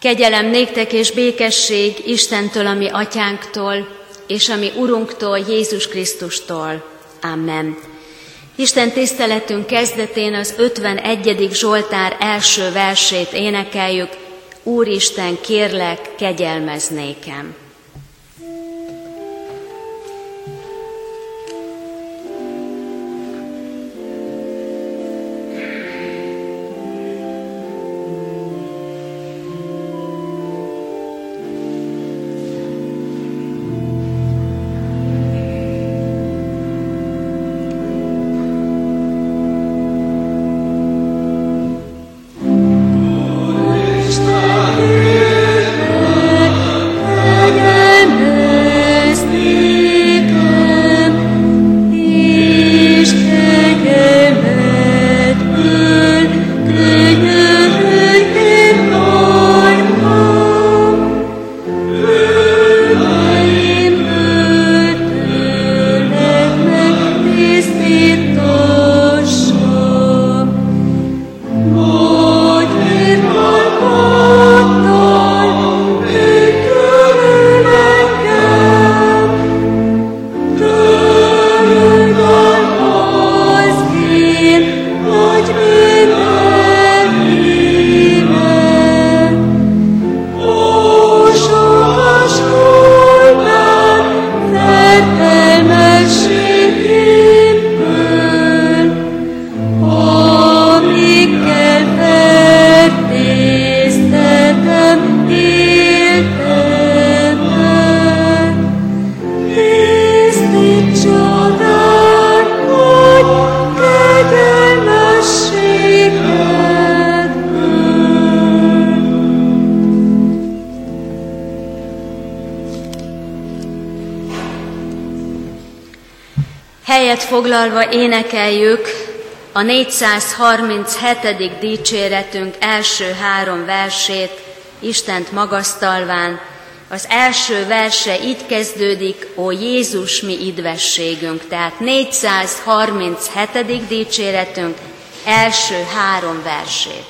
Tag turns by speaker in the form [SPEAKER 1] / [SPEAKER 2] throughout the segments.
[SPEAKER 1] Kegyelem néktek és békesség Istentől, a mi atyánktól, és a mi Urunktól, Jézus Krisztustól. Amen. Isten tiszteletünk kezdetén az 51. Zsoltár első versét énekeljük. Úristen, kérlek, kegyelmezz nékem. Helyet foglalva énekeljük a 437. dicséretünk első 3 versét, Istent magasztalván. Az első verse így kezdődik: Ó Jézus, mi idvességünk. Tehát 437. dicséretünk első 3 versét.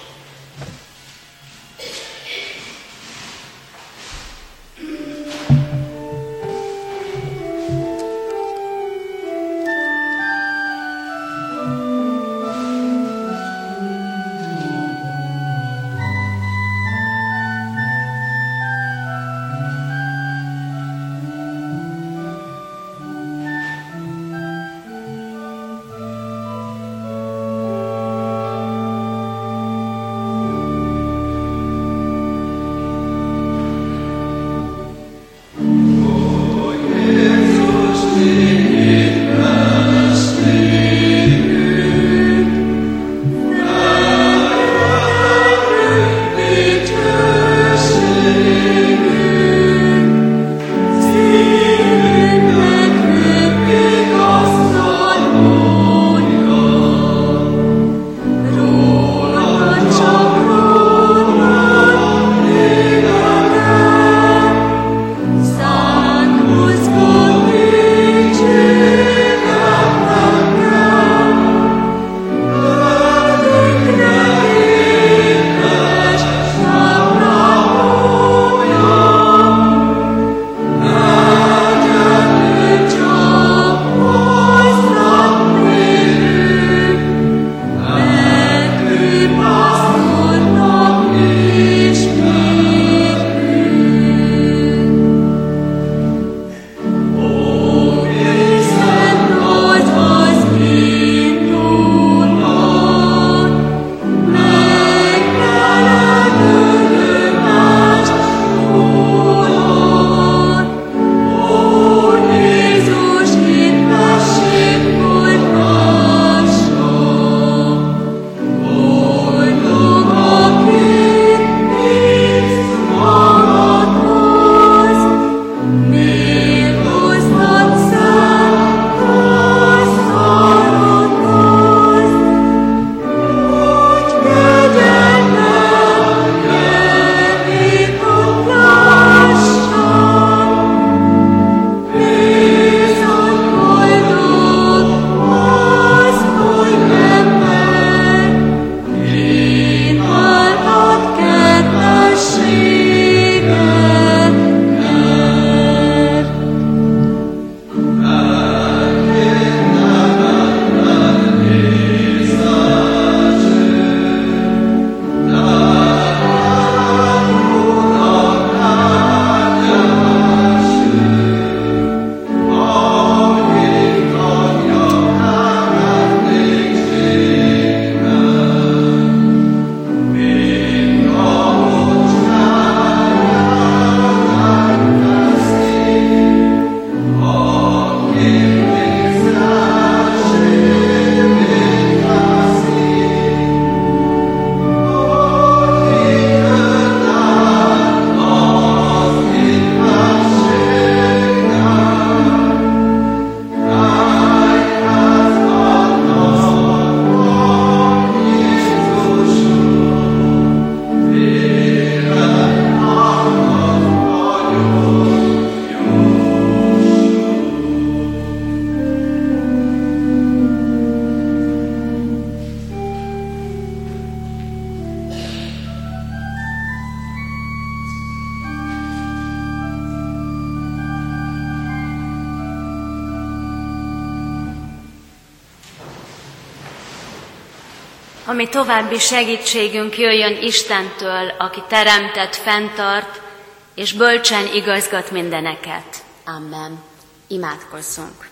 [SPEAKER 1] ami további segítségünk jöjjön Istentől, aki teremtett, fenntart, és bölcsen igazgat mindeneket. Amen. Imádkozzunk.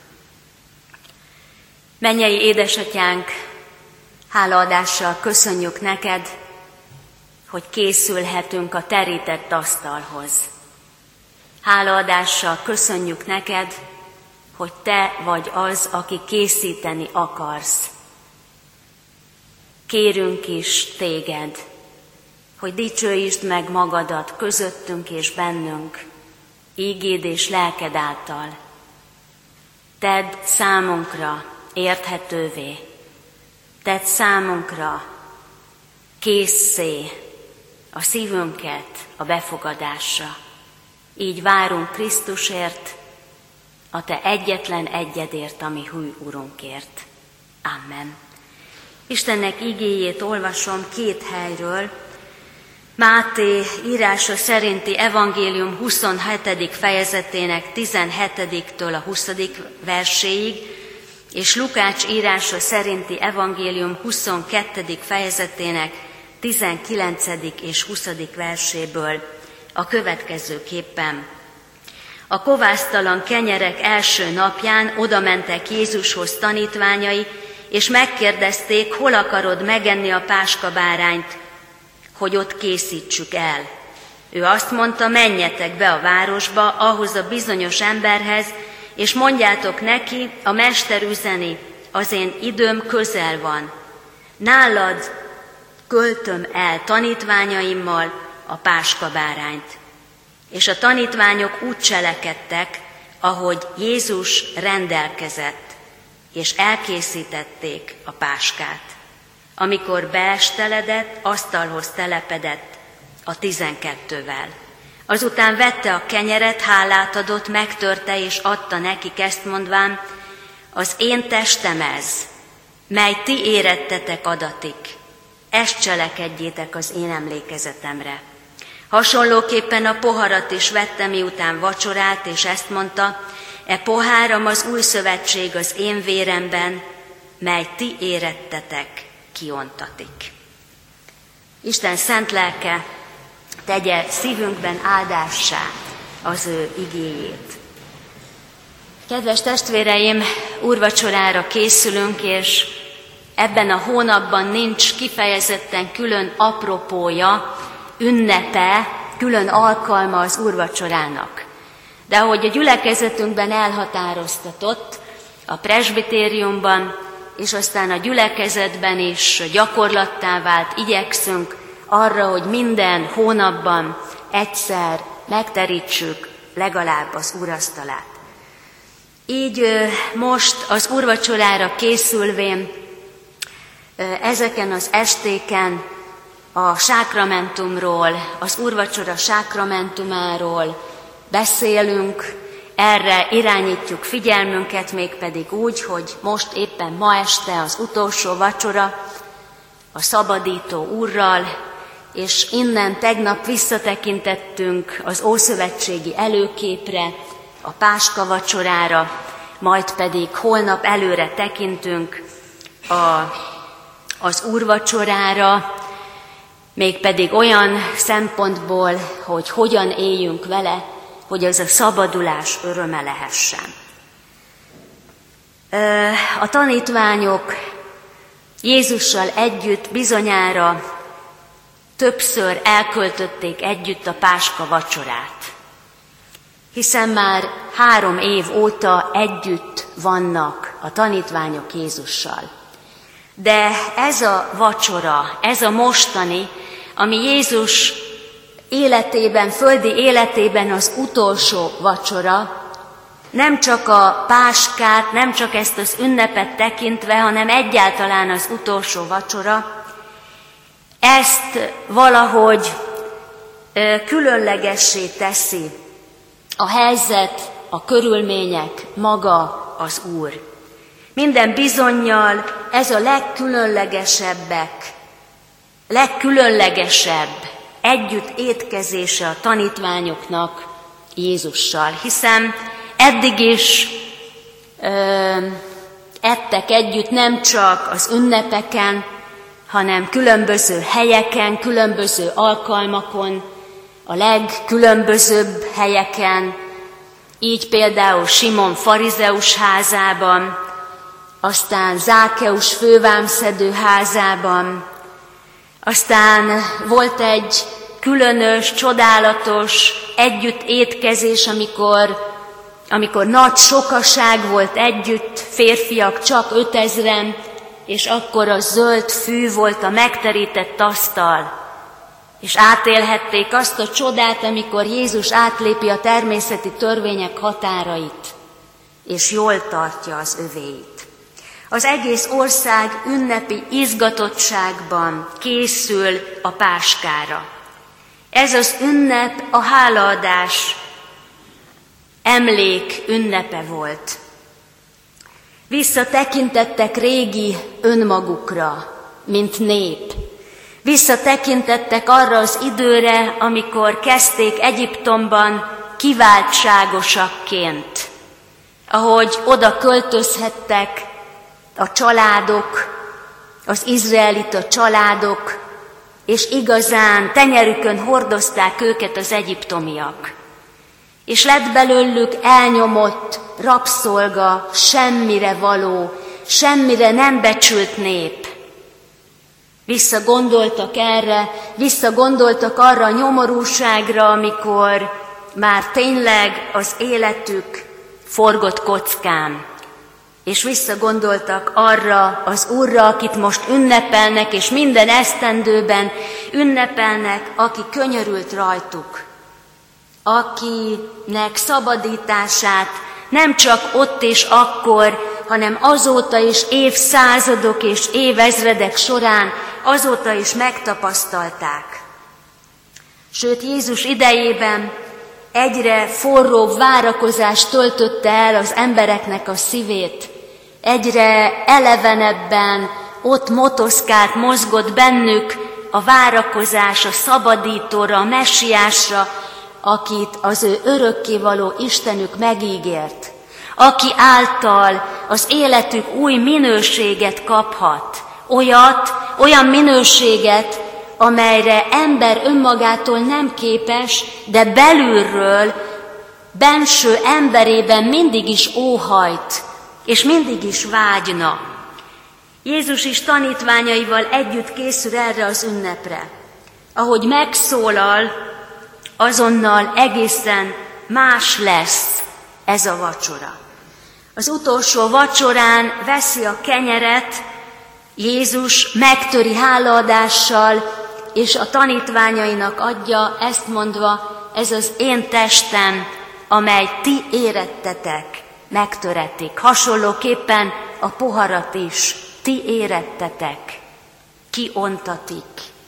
[SPEAKER 1] Mennyei édesatyánk, hálaadással köszönjük neked, hogy készülhetünk a terített asztalhoz. Hálaadással köszönjük neked, hogy te vagy az, aki készíteni akarsz. Kérünk is téged, hogy dicsőítsd meg magadat közöttünk és bennünk, ígéd és lelked által. Tedd számunkra érthetővé, tedd számunkra késszé a szívünket a befogadásra. Így várunk Krisztusért, a te egyetlen egyedért, ami hű Urunkért. Amen. Istennek igéjét olvasom 2 helyről. Máté írása szerinti evangélium 27. fejezetének 17-től a 20. verséig, és Lukács írása szerinti evangélium 22. fejezetének 19. és 20. verséből a következőképpen. A kovásztalan kenyerek első napján odamentek Jézushoz tanítványai, és megkérdezték, hol akarod megenni a páskabárányt, hogy ott készítsük el. Ő azt mondta, menjetek be a városba, ahhoz a bizonyos emberhez, és mondjátok neki, a mester üzeni, az én időm közel van. Nálad költöm el tanítványaimmal a páskabárányt. És a tanítványok úgy cselekedtek, ahogy Jézus rendelkezett, és elkészítették a páskát. Amikor beesteledett, asztalhoz telepedett a 12-vel. Azután vette a kenyeret, hálát adott, megtörte és adta nekik, ezt mondván, az én testem ez, mely ti érettetek adatik. Ezt cselekedjétek az én emlékezetemre. Hasonlóképpen a poharat is vette, miután vacsorált, és ezt mondta, e poháram az új szövetség az én véremben, mely ti érettetek, kiontatik. Isten szent lelke tegye szívünkben áldássá az ő igéjét. Kedves testvéreim, úrvacsorára készülünk, és ebben a hónapban nincs kifejezetten külön apropója, ünnepe, külön alkalma az úrvacsorának. De ahogy a gyülekezetünkben elhatároztatott, a presbitériumban, és aztán a gyülekezetben is gyakorlattá vált, igyekszünk arra, hogy minden hónapban egyszer megterítsük legalább az úrasztalát. Így most az úrvacsorára készülvén ezeken az estéken a sákramentumról, az úrvacsora sákramentumáról beszélünk, erre irányítjuk figyelmünket, mégpedig úgy, hogy most éppen ma este az utolsó vacsora a szabadító úrral, és innen tegnap visszatekintettünk az ószövetségi előképre, a páska vacsorára, majd pedig holnap előre tekintünk az úrvacsorára, mégpedig olyan szempontból, hogy hogyan éljünk vele, hogy ez a szabadulás öröme lehessen. A tanítványok Jézussal együtt bizonyára többször elköltötték együtt a páska vacsorát, hiszen már 3 év óta együtt vannak a tanítványok Jézussal. De ez a vacsora, ez a mostani, ami Jézus életében, földi életében az utolsó vacsora, nem csak a páskát, nem csak ezt az ünnepet tekintve, hanem egyáltalán az utolsó vacsora, ezt valahogy különlegessé teszi a helyzet, a körülmények, maga az Úr. Minden bizonnyal ez a legkülönlegesebb együtt étkezése a tanítványoknak Jézussal, hiszen eddig is ettek együtt nem csak az ünnepeken, hanem különböző helyeken, különböző alkalmakon, a legkülönbözőbb helyeken, így például Simon farizeus házában, aztán Zákeus fővámszedő házában, aztán volt egy különös, csodálatos együtt étkezés, amikor nagy sokaság volt együtt, férfiak csak 5000-en, és akkor a zöld fű volt a megterített asztal, és átélhették azt a csodát, amikor Jézus átlépi a természeti törvények határait, és jól tartja az övéit. Az egész ország ünnepi izgatottságban készül a páskára. Ez az ünnep a hálaadás emlék ünnepe volt. Visszatekintettek régi önmagukra, mint nép. Visszatekintettek arra az időre, amikor kezdték Egyiptomban kiváltságosakként, ahogy oda költözhettek a családok, az izraelita családok, és igazán tenyerükön hordozták őket az egyiptomiak. És lett belőlük elnyomott, rabszolga, semmire való, semmire nem becsült nép. Visszagondoltak erre, visszagondoltak arra a nyomorúságra, amikor már tényleg az életük forgott kockán. És visszagondoltak arra az Úrra, akit most ünnepelnek, és minden esztendőben ünnepelnek, aki könyörült rajtuk, akinek szabadítását nem csak ott és akkor, hanem azóta is évszázadok és évezredek során azóta is megtapasztalták. Sőt, Jézus idejében egyre forróbb várakozás töltötte el az embereknek a szívét, egyre elevenebben ott motoszkált, mozgott bennük a várakozás a szabadítóra, a messiásra, akit az ő örökkévaló Istenük megígért, aki által az életük új minőséget kaphat, olyan minőséget, amelyre ember önmagától nem képes, de belülről, benső emberében mindig is óhajt, és mindig is vágyna. Jézus is tanítványaival együtt készül erre az ünnepre. Ahogy megszólal, azonnal egészen más lesz ez a vacsora. Az utolsó vacsorán veszi a kenyeret, Jézus megtöri hálaadással, és a tanítványainak adja, ezt mondva, ez az én testem, amely ti érettetek, megtöretik. Hasonlóképpen a poharat is ti érettetek, kiontatik.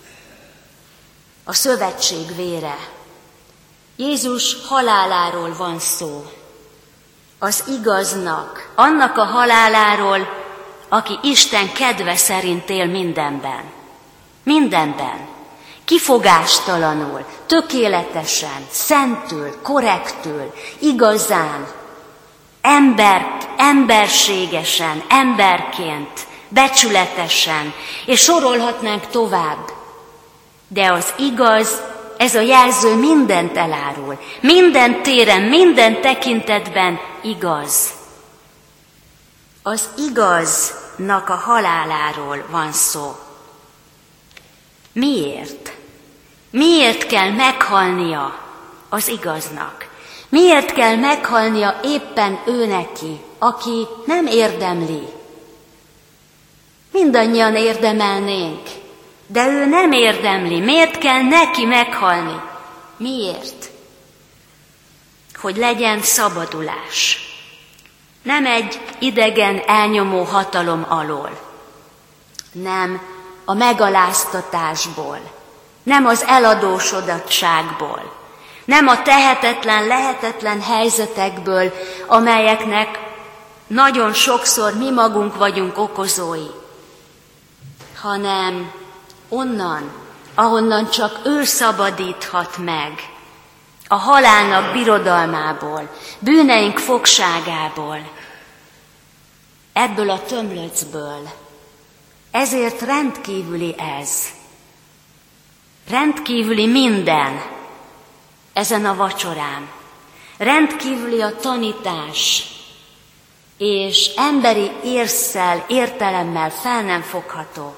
[SPEAKER 1] A szövetség vére. Jézus haláláról van szó. Az igaznak, annak a haláláról, aki Isten kedve szerint él mindenben. Mindenben. Kifogástalanul, tökéletesen, szentül, korrektül, igazán, emberségesen, emberként, becsületesen, és sorolhatnánk tovább. De az igaz, ez a jelző mindent elárul. Minden téren, minden tekintetben igaz. Az igaznak a haláláról van szó. Miért? Miért kell meghalnia az igaznak? Miért kell meghalnia éppen ő neki, aki nem érdemli? Mindannyian érdemelnénk, de ő nem érdemli. Miért kell neki meghalni? Miért? Hogy legyen szabadulás. Nem egy idegen, elnyomó hatalom alól. Nem a megaláztatásból. Nem az eladósodottságból. Nem a tehetetlen, lehetetlen helyzetekből, amelyeknek nagyon sokszor mi magunk vagyunk okozói, hanem onnan, ahonnan csak ő szabadíthat meg, a halálnak birodalmából, bűneink fogságából, ebből a tömlöcből. Ezért rendkívüli ez. Rendkívüli minden ezen a vacsorán. Rendkívüli a tanítás, és emberi érszel, értelemmel fel nem fogható.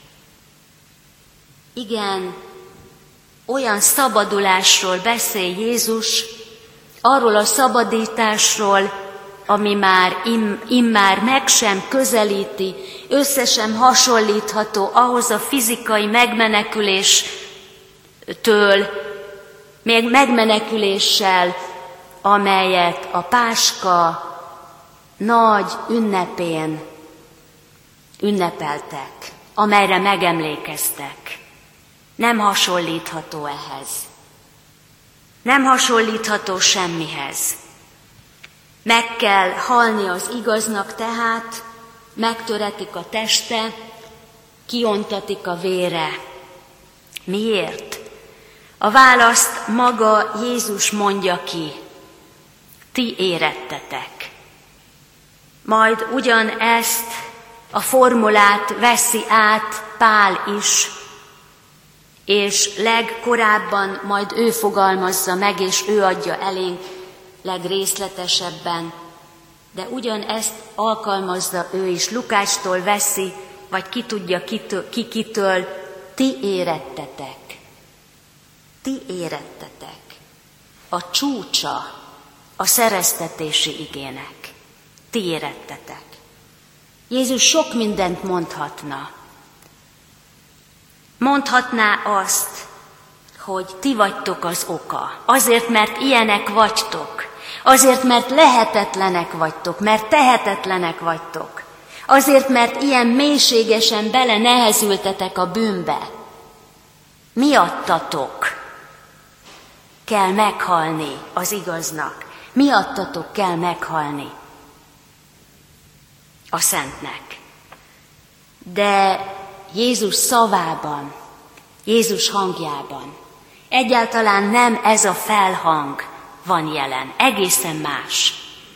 [SPEAKER 1] Igen, olyan szabadulásról beszél Jézus, arról a szabadításról, ami már immár meg sem közelíti, össze sem hasonlítható ahhoz a fizikai megmeneküléssel, amelyet a Páska nagy ünnepén ünnepeltek, amelyre megemlékeztek. Nem hasonlítható ehhez. Nem hasonlítható semmihez. Meg kell halni az igaznak tehát, megtöretik a teste, kiontatik a vére. Miért? A választ maga Jézus mondja ki. Ti érettetek. Majd ugyanezt a formulát veszi át Pál is, és legkorábban majd ő fogalmazza meg, és ő adja elénk legrészletesebben, de ugyanezt alkalmazza ő is, Lukácstól veszi, vagy ki tudja kitől, ti érettetek. Ti érettetek. A csúcsa a szereztetési igének. Ti érettetek. Jézus sok mindent mondhatna. Mondhatná azt, hogy ti vagytok az oka. Azért, mert ilyenek vagytok. Azért, mert lehetetlenek vagytok, mert tehetetlenek vagytok. Azért, mert ilyen mélységesen bele nehezültetek a bűnbe. Miattatok kell meghalni az igaznak. Miattatok kell meghalni a szentnek. De Jézus szavában, Jézus hangjában egyáltalán nem ez a felhang van jelen, egészen más.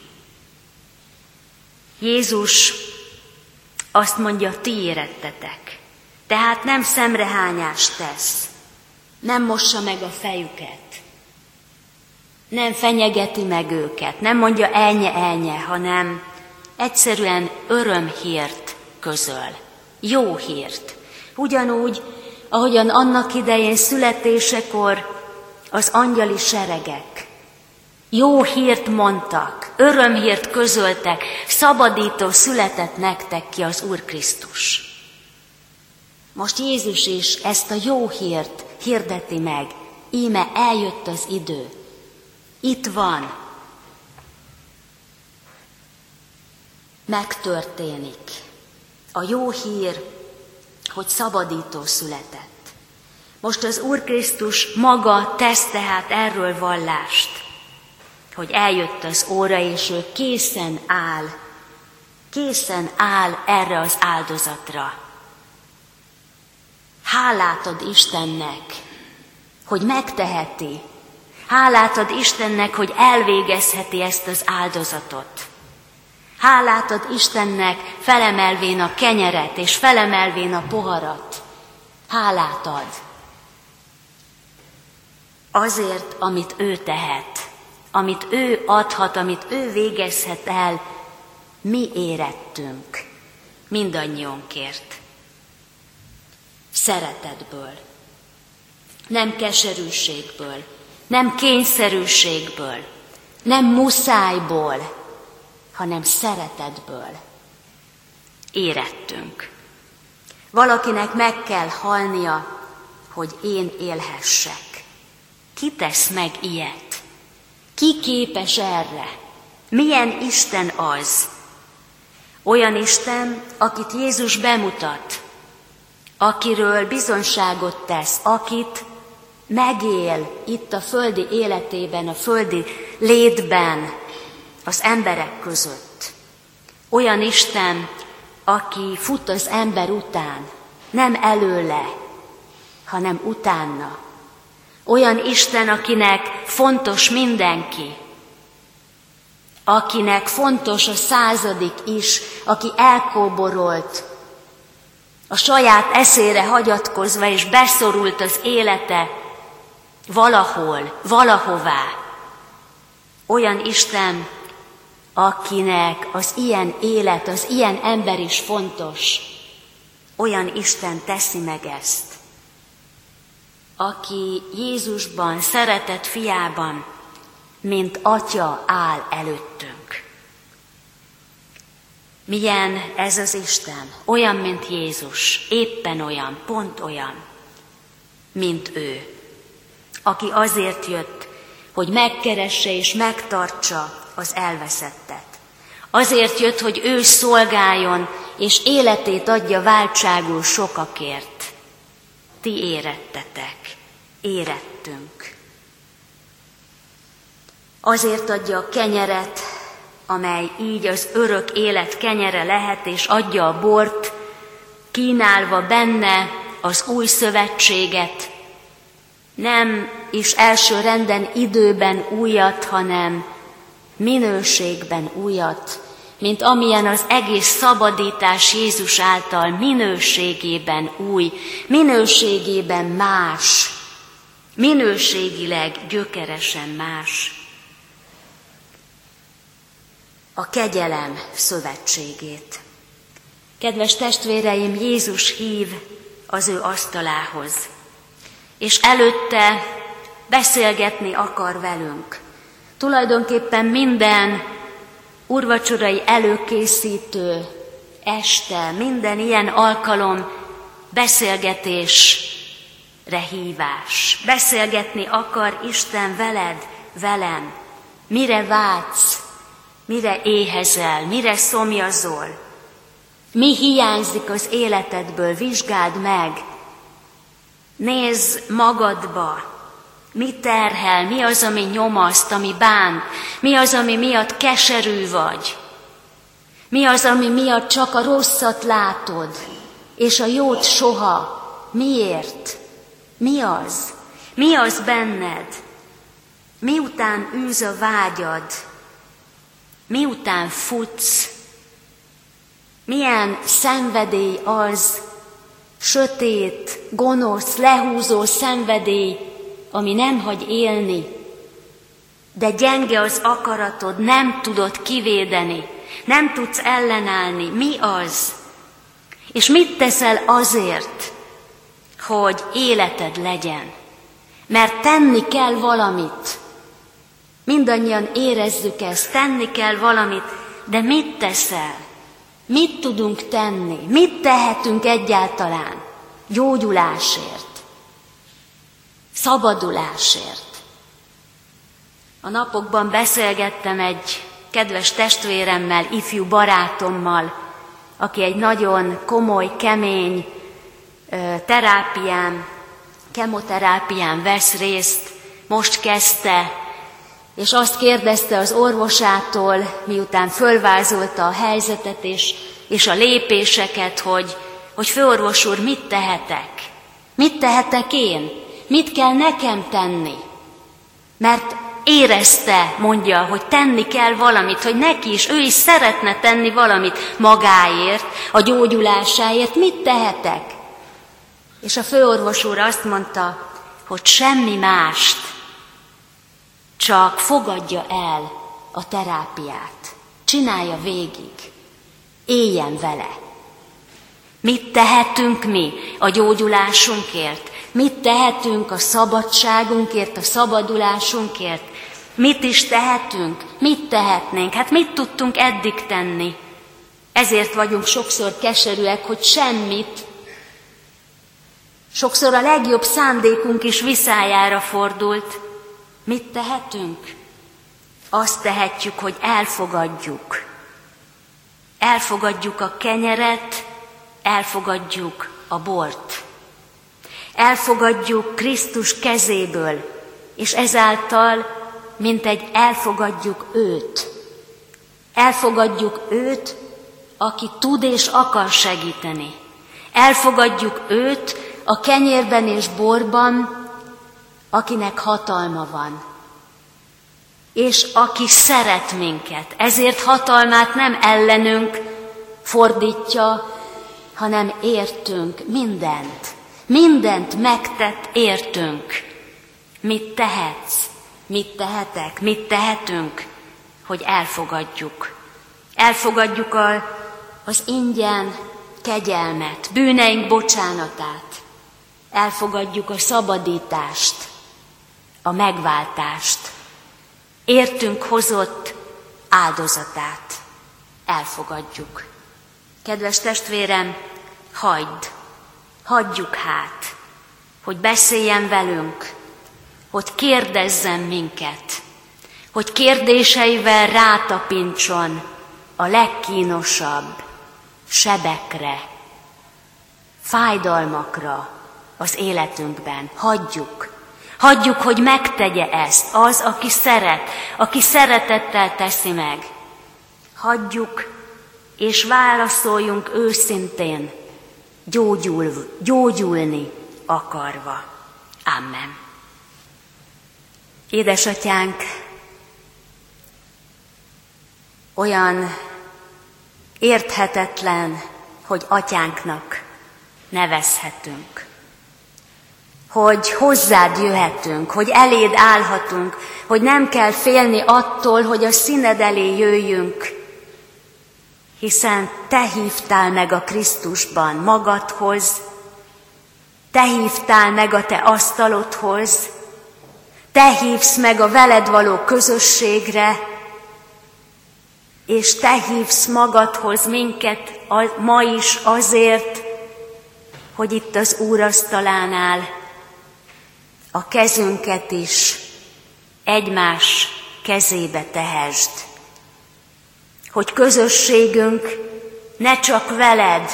[SPEAKER 1] Jézus azt mondja, ti érettetek, tehát nem szemrehányást tesz, nem mossa meg a fejüket, nem fenyegeti meg őket, nem mondja elnye, hanem egyszerűen örömhírt közöl, jó hírt. Ugyanúgy, ahogyan annak idején születésekor az angyali seregek jó hírt mondtak, örömhírt közöltek, szabadító született nektek ki az Úr Krisztus. Most Jézus is ezt a jó hírt hirdeti meg, íme eljött az idő. Itt van. Megtörténik. A jó hír, hogy szabadító született. Most az Úr Krisztus maga tesz tehát erről vallást, hogy eljött az óra, és ő készen áll erre az áldozatra. Hálát ad Istennek, hogy megteheti. Hálát ad Istennek, hogy elvégezheti ezt az áldozatot. Hálát ad Istennek, felemelvén a kenyeret és felemelvén a poharat. Hálát ad. Azért, amit ő tehet, amit ő adhat, amit ő végezhet el, mi érettünk, mindannyiunkért. Szeretetből, nem keserűségből, nem kényszerűségből, nem muszájból, hanem szeretetből érettünk. Valakinek meg kell halnia, hogy én élhessek. Ki tesz meg ilyet? Ki képes erre? Milyen Isten az? Olyan Isten, akit Jézus bemutat, akiről bizonyságot tesz, akit megél itt a földi életében, a földi létben, az emberek között. Olyan Isten, aki fut az ember után, nem előle, hanem utána. Olyan Isten, akinek fontos mindenki, akinek fontos a századik is, aki elkóborolt a saját eszére hagyatkozva, és beszorult az élete valahol, valahová. Olyan Isten, akinek az ilyen élet, az ilyen ember is fontos, olyan Isten teszi meg ezt, aki Jézusban, szeretett fiában, mint Atya áll előttünk. Milyen ez az Isten? Olyan, mint Jézus, éppen olyan, pont olyan, mint ő, aki azért jött, hogy megkeresse és megtartsa az elveszettet. Azért jött, hogy ő szolgáljon, és életét adja váltságul sokakért. Ti érettetek, érettünk. Azért adja a kenyeret, amely így az örök élet kenyere lehet, és adja a bort, kínálva benne az új szövetséget, nem is első renden időben újat, hanem minőségben újat, mint amilyen az egész szabadítás Jézus által minőségében új, minőségében más, minőségileg gyökeresen más. A kegyelem szövetségét. Kedves testvéreim, Jézus hív az ő asztalához, és előtte beszélgetni akar velünk. Tulajdonképpen minden úrvacsorai előkészítő este, minden ilyen alkalom beszélgetésre hívás. Beszélgetni akar Isten veled, velem. Mire vágysz, mire éhezel, mire szomjazol, mi hiányzik az életedből, vizsgáld meg. Nézz magadba, mi terhel, mi az, ami nyomaszt, ami bánt, mi az, ami miatt keserű vagy, mi az, ami miatt csak a rosszat látod, és a jót soha. Miért? Mi az? Mi az benned? Miután űz a vágyad? Miután futsz? Milyen szenvedély az, sötét, gonosz, lehúzó szenvedély, ami nem hagy élni, de gyenge az akaratod, nem tudod kivédeni, nem tudsz ellenállni. Mi az? És mit teszel azért, hogy életed legyen? Mert tenni kell valamit. Mindannyian érezzük ezt, tenni kell valamit, de mit teszel? Mit tudunk tenni? Mit tehetünk egyáltalán? Gyógyulásért, szabadulásért. A napokban beszélgettem egy kedves testvéremmel, ifjú barátommal, aki egy nagyon komoly, kemény kemoterápián vesz részt, most kezdte, és azt kérdezte az orvosától, miután fölvázolta a helyzetet és a lépéseket, hogy főorvos úr, mit tehetek? Mit tehetek én? Mit kell nekem tenni? Mert érezte, mondja, hogy tenni kell valamit, hogy neki is, ő is szeretne tenni valamit magáért, a gyógyulásáért. Mit tehetek? És a főorvos úr azt mondta, hogy semmi mást, csak fogadja el a terápiát, csinálja végig, éljen vele. Mit tehetünk mi a gyógyulásunkért? Mit tehetünk a szabadságunkért, a szabadulásunkért? Mit is tehetünk? Mit tehetnénk? Hát mit tudtunk eddig tenni? Ezért vagyunk sokszor keserűek, hogy semmit. Sokszor a legjobb szándékunk is viszályára fordult. Mit tehetünk? Azt tehetjük, hogy elfogadjuk. Elfogadjuk a kenyeret, elfogadjuk a bort. Elfogadjuk Krisztus kezéből, és ezáltal mintegy elfogadjuk őt. Elfogadjuk őt, aki tud és akar segíteni. Elfogadjuk őt a kenyérben és borban, akinek hatalma van, és aki szeret minket. Ezért hatalmát nem ellenünk fordítja, hanem értünk mindent. Mindent megtett értünk. Mit tehetsz? Mit tehetek? Mit tehetünk? Hogy elfogadjuk. Elfogadjuk az ingyen kegyelmet, bűneink bocsánatát. Elfogadjuk a szabadítást, a megváltást. Értünk hozott áldozatát. Elfogadjuk. Kedves testvérem, hagyjuk hát, hogy beszéljen velünk, hogy kérdezzen minket, hogy kérdéseivel rátapintson a legkínosabb sebekre, fájdalmakra az életünkben. Hagyjuk, hogy megtegye ezt az, aki szeret, aki szeretettel teszi meg. Hagyjuk, és válaszoljunk őszintén, gyógyulni akarva. Amen. Édesatyánk, olyan érthetetlen, hogy atyánknak nevezhetünk, hogy hozzád jöhetünk, hogy eléd állhatunk, hogy nem kell félni attól, hogy a színed elé jöjjünk, hiszen te hívtál meg a Krisztusban magadhoz, te hívtál meg a te asztalodhoz, te hívsz meg a veled való közösségre, és te hívsz magadhoz minket ma is azért, hogy itt az úrasztalánál a kezünket is egymás kezébe tehesd, hogy közösségünk ne csak veled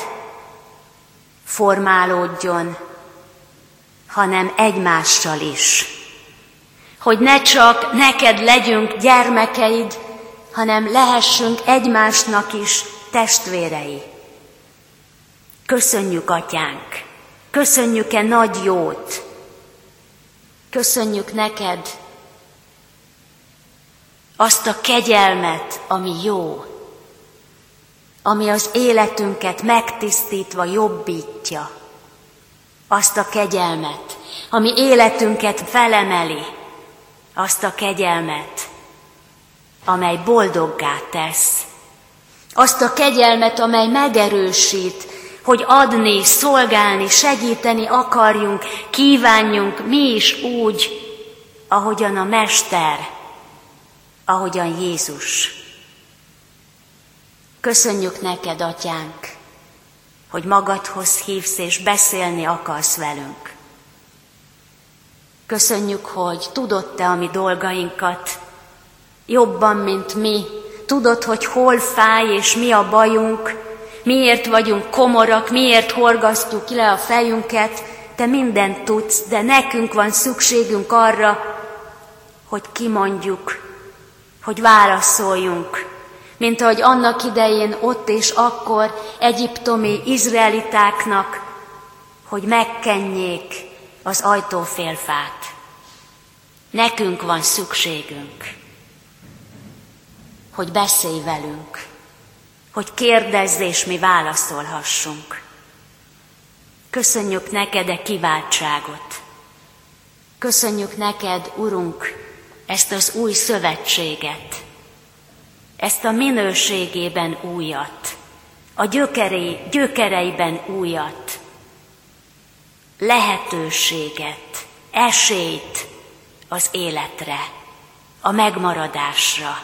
[SPEAKER 1] formálódjon, hanem egymással is. Hogy ne csak neked legyünk gyermekeid, hanem lehessünk egymásnak is testvérei. Köszönjük, atyánk, köszönjük-e nagy jót, köszönjük neked azt a kegyelmet, ami jó, ami az életünket megtisztítva jobbítja, azt a kegyelmet, ami életünket felemeli, azt a kegyelmet, amely boldoggá tesz, azt a kegyelmet, amely megerősít, hogy adni, szolgálni, segíteni akarjunk, kívánjunk mi is úgy, ahogyan a Mester, ahogyan Jézus. Köszönjük neked, atyánk, hogy magadhoz hívsz és beszélni akarsz velünk. Köszönjük, hogy tudod te a mi dolgainkat jobban, mint mi. Tudod, hogy hol fáj és mi a bajunk, miért vagyunk komorak, miért horgasztjuk le a fejünket. Te mindent tudsz, de nekünk van szükségünk arra, hogy kimondjuk, hogy válaszoljunk, mint ahogy annak idején ott és akkor egyiptomi izraelitáknak, hogy megkenjék az ajtófélfát. Nekünk van szükségünk, hogy beszélj velünk, hogy kérdezz és mi válaszolhassunk. Köszönjük neked a kiváltságot. Köszönjük neked, Urunk, ezt az új szövetséget, ezt a minőségében újat, a gyökereiben újat, lehetőséget, esélyt az életre, a megmaradásra.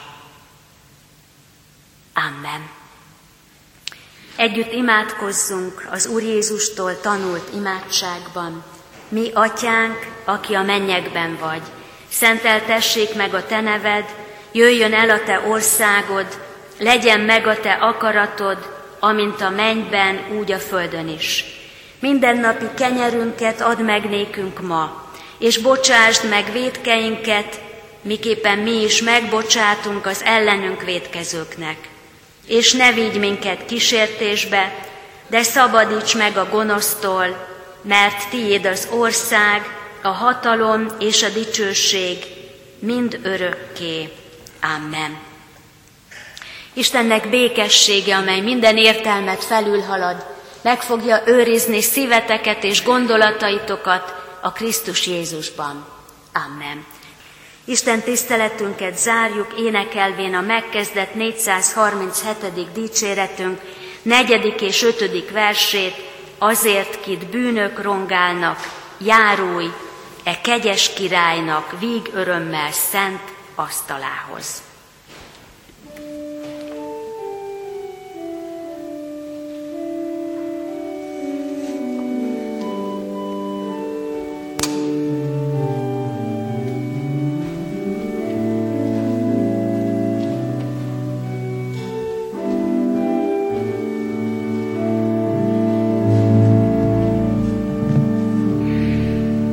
[SPEAKER 1] Amen. Együtt imádkozzunk az Úr Jézustól tanult imádságban. Mi, atyánk, aki a mennyekben vagy, szenteltessék meg a te neved, jöjjön el a te országod, legyen meg a te akaratod, amint a mennyben, úgy a földön is. Mindennapi kenyerünket add meg nékünk ma, és bocsásd meg vétkeinket, miképpen mi is megbocsátunk az ellenünk vétkezőknek. És ne vigy minket kísértésbe, de szabadíts meg a gonosztól, mert tiéd az ország, a hatalom és a dicsőség mind örökké. Amen. Istennek békessége, amely minden értelmet felülhalad, meg fogja őrizni szíveteket és gondolataitokat a Krisztus Jézusban. Amen. Isten tiszteletünket zárjuk énekelvén a megkezdett 437. dicséretünk 4. és 5. versét, azért, kit bűnök rongálnak, járulj e kegyes királynak víg örömmel szent asztalához.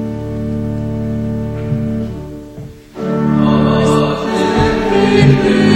[SPEAKER 2] Amen.